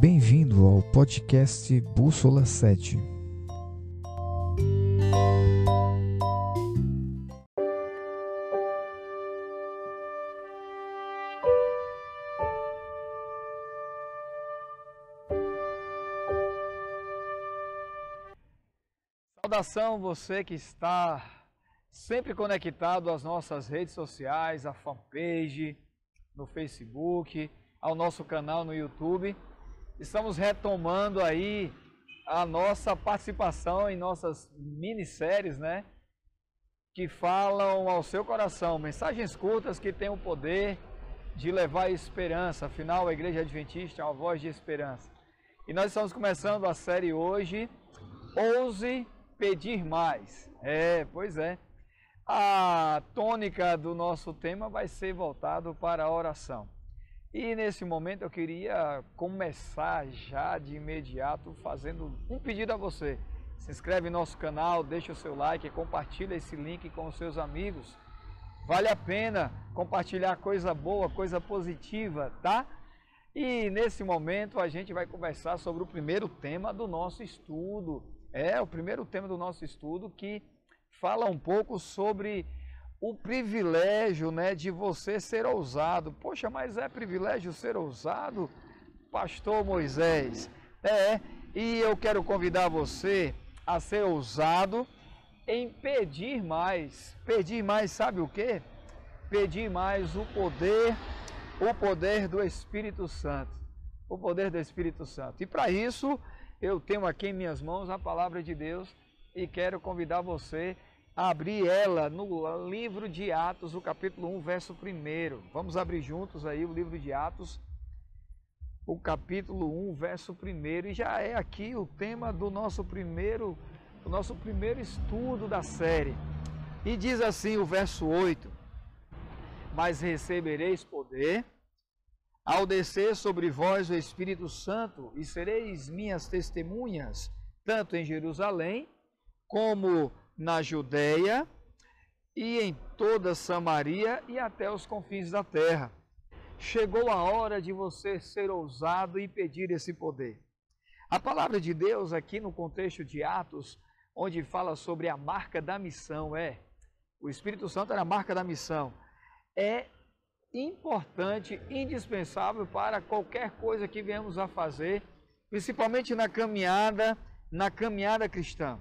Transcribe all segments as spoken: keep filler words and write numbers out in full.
Bem-vindo ao podcast Bússola sete. Saudação você que está sempre conectado às nossas redes sociais, à fanpage, no Facebook, ao nosso canal no YouTube. Estamos retomando aí a nossa participação em nossas minisséries, né? Que falam ao seu coração, mensagens curtas que têm o poder de levar esperança. Afinal, a Igreja Adventista é uma voz de esperança. E nós estamos começando a série hoje, Ouse Pedir Mais. É, pois é. A tônica do nosso tema vai ser voltado para a oração. E nesse momento eu queria começar já de imediato fazendo um pedido a você. Se inscreve no nosso canal, deixa o seu like, compartilha esse link com os seus amigos. Vale a pena compartilhar coisa boa, coisa positiva, tá? E nesse momento a gente vai conversar sobre o primeiro tema do nosso estudo. É, o primeiro tema do nosso estudo que fala um pouco sobre o privilégio, né, de você ser ousado. Poxa, mas é privilégio ser ousado, Pastor Moisés? É, e eu quero convidar você a ser ousado em pedir mais. Pedir mais, sabe o quê? Pedir mais o poder, o poder do Espírito Santo. O poder do Espírito Santo. E para isso, eu tenho aqui em minhas mãos a palavra de Deus e quero convidar você a abrir ela no livro de Atos, o capítulo um, verso primeiro. Vamos abrir juntos aí o livro de Atos, o capítulo um, verso primeiro. E já é aqui o tema do nosso primeiro, do nosso primeiro estudo da série. E diz assim o verso oito: Mas recebereis poder ao descer sobre vós o Espírito Santo, e sereis minhas testemunhas, tanto em Jerusalém, como na Judeia, e em toda Samaria, e até os confins da terra. Chegou a hora de você ser ousado e pedir esse poder. A palavra de Deus aqui no contexto de Atos, onde fala sobre a marca da missão, é, o Espírito Santo era a marca da missão, é importante, indispensável para qualquer coisa que venhamos a fazer, principalmente na caminhada, na caminhada cristã.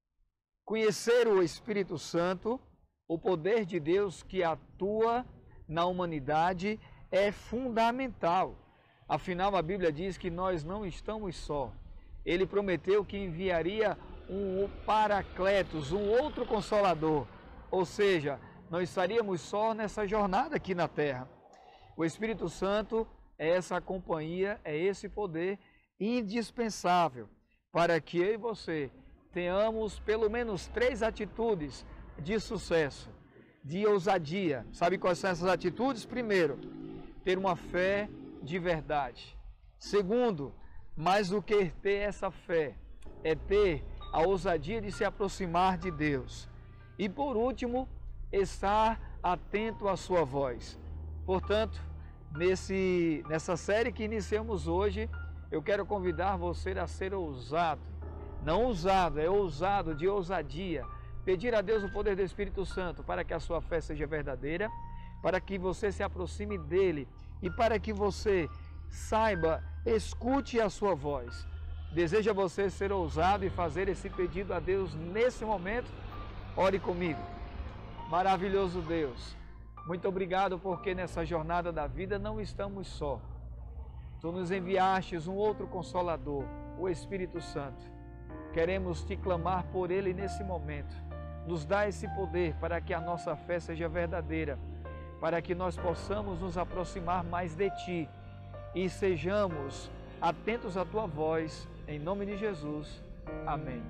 Conhecer o Espírito Santo, o poder de Deus que atua na humanidade, é fundamental. Afinal, a Bíblia diz que nós não estamos só. Ele prometeu que enviaria um Paracletos, um outro Consolador, ou seja, não estaríamos só nessa jornada aqui na terra. O Espírito Santo é essa companhia, é esse poder indispensável para que eu e você tenhamos pelo menos três atitudes de sucesso, de ousadia. Sabe quais são essas atitudes? Primeiro, ter uma fé de verdade. Segundo, mais do que ter essa fé, é ter a ousadia de se aproximar de Deus. E por último, estar atento à sua voz. Portanto, nesse, nessa série que iniciamos hoje, eu quero convidar você a ser ousado. Não ousado, é ousado, de ousadia. Pedir a Deus o poder do Espírito Santo para que a sua fé seja verdadeira, para que você se aproxime dele e para que você saiba, escute a sua voz. Deseja você ser ousado e fazer esse pedido a Deus nesse momento? Ore comigo. Maravilhoso Deus, muito obrigado porque nessa jornada da vida não estamos só. Tu nos enviastes um outro Consolador, o Espírito Santo. Queremos te clamar por ele nesse momento. Nos dá esse poder para que a nossa fé seja verdadeira, para que nós possamos nos aproximar mais de ti e sejamos atentos à tua voz, em nome de Jesus. Amém.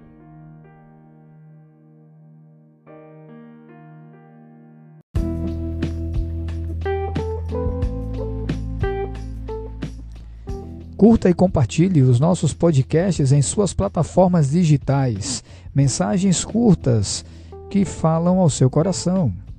Curta e compartilhe os nossos podcasts em suas plataformas digitais. Mensagens curtas que falam ao seu coração.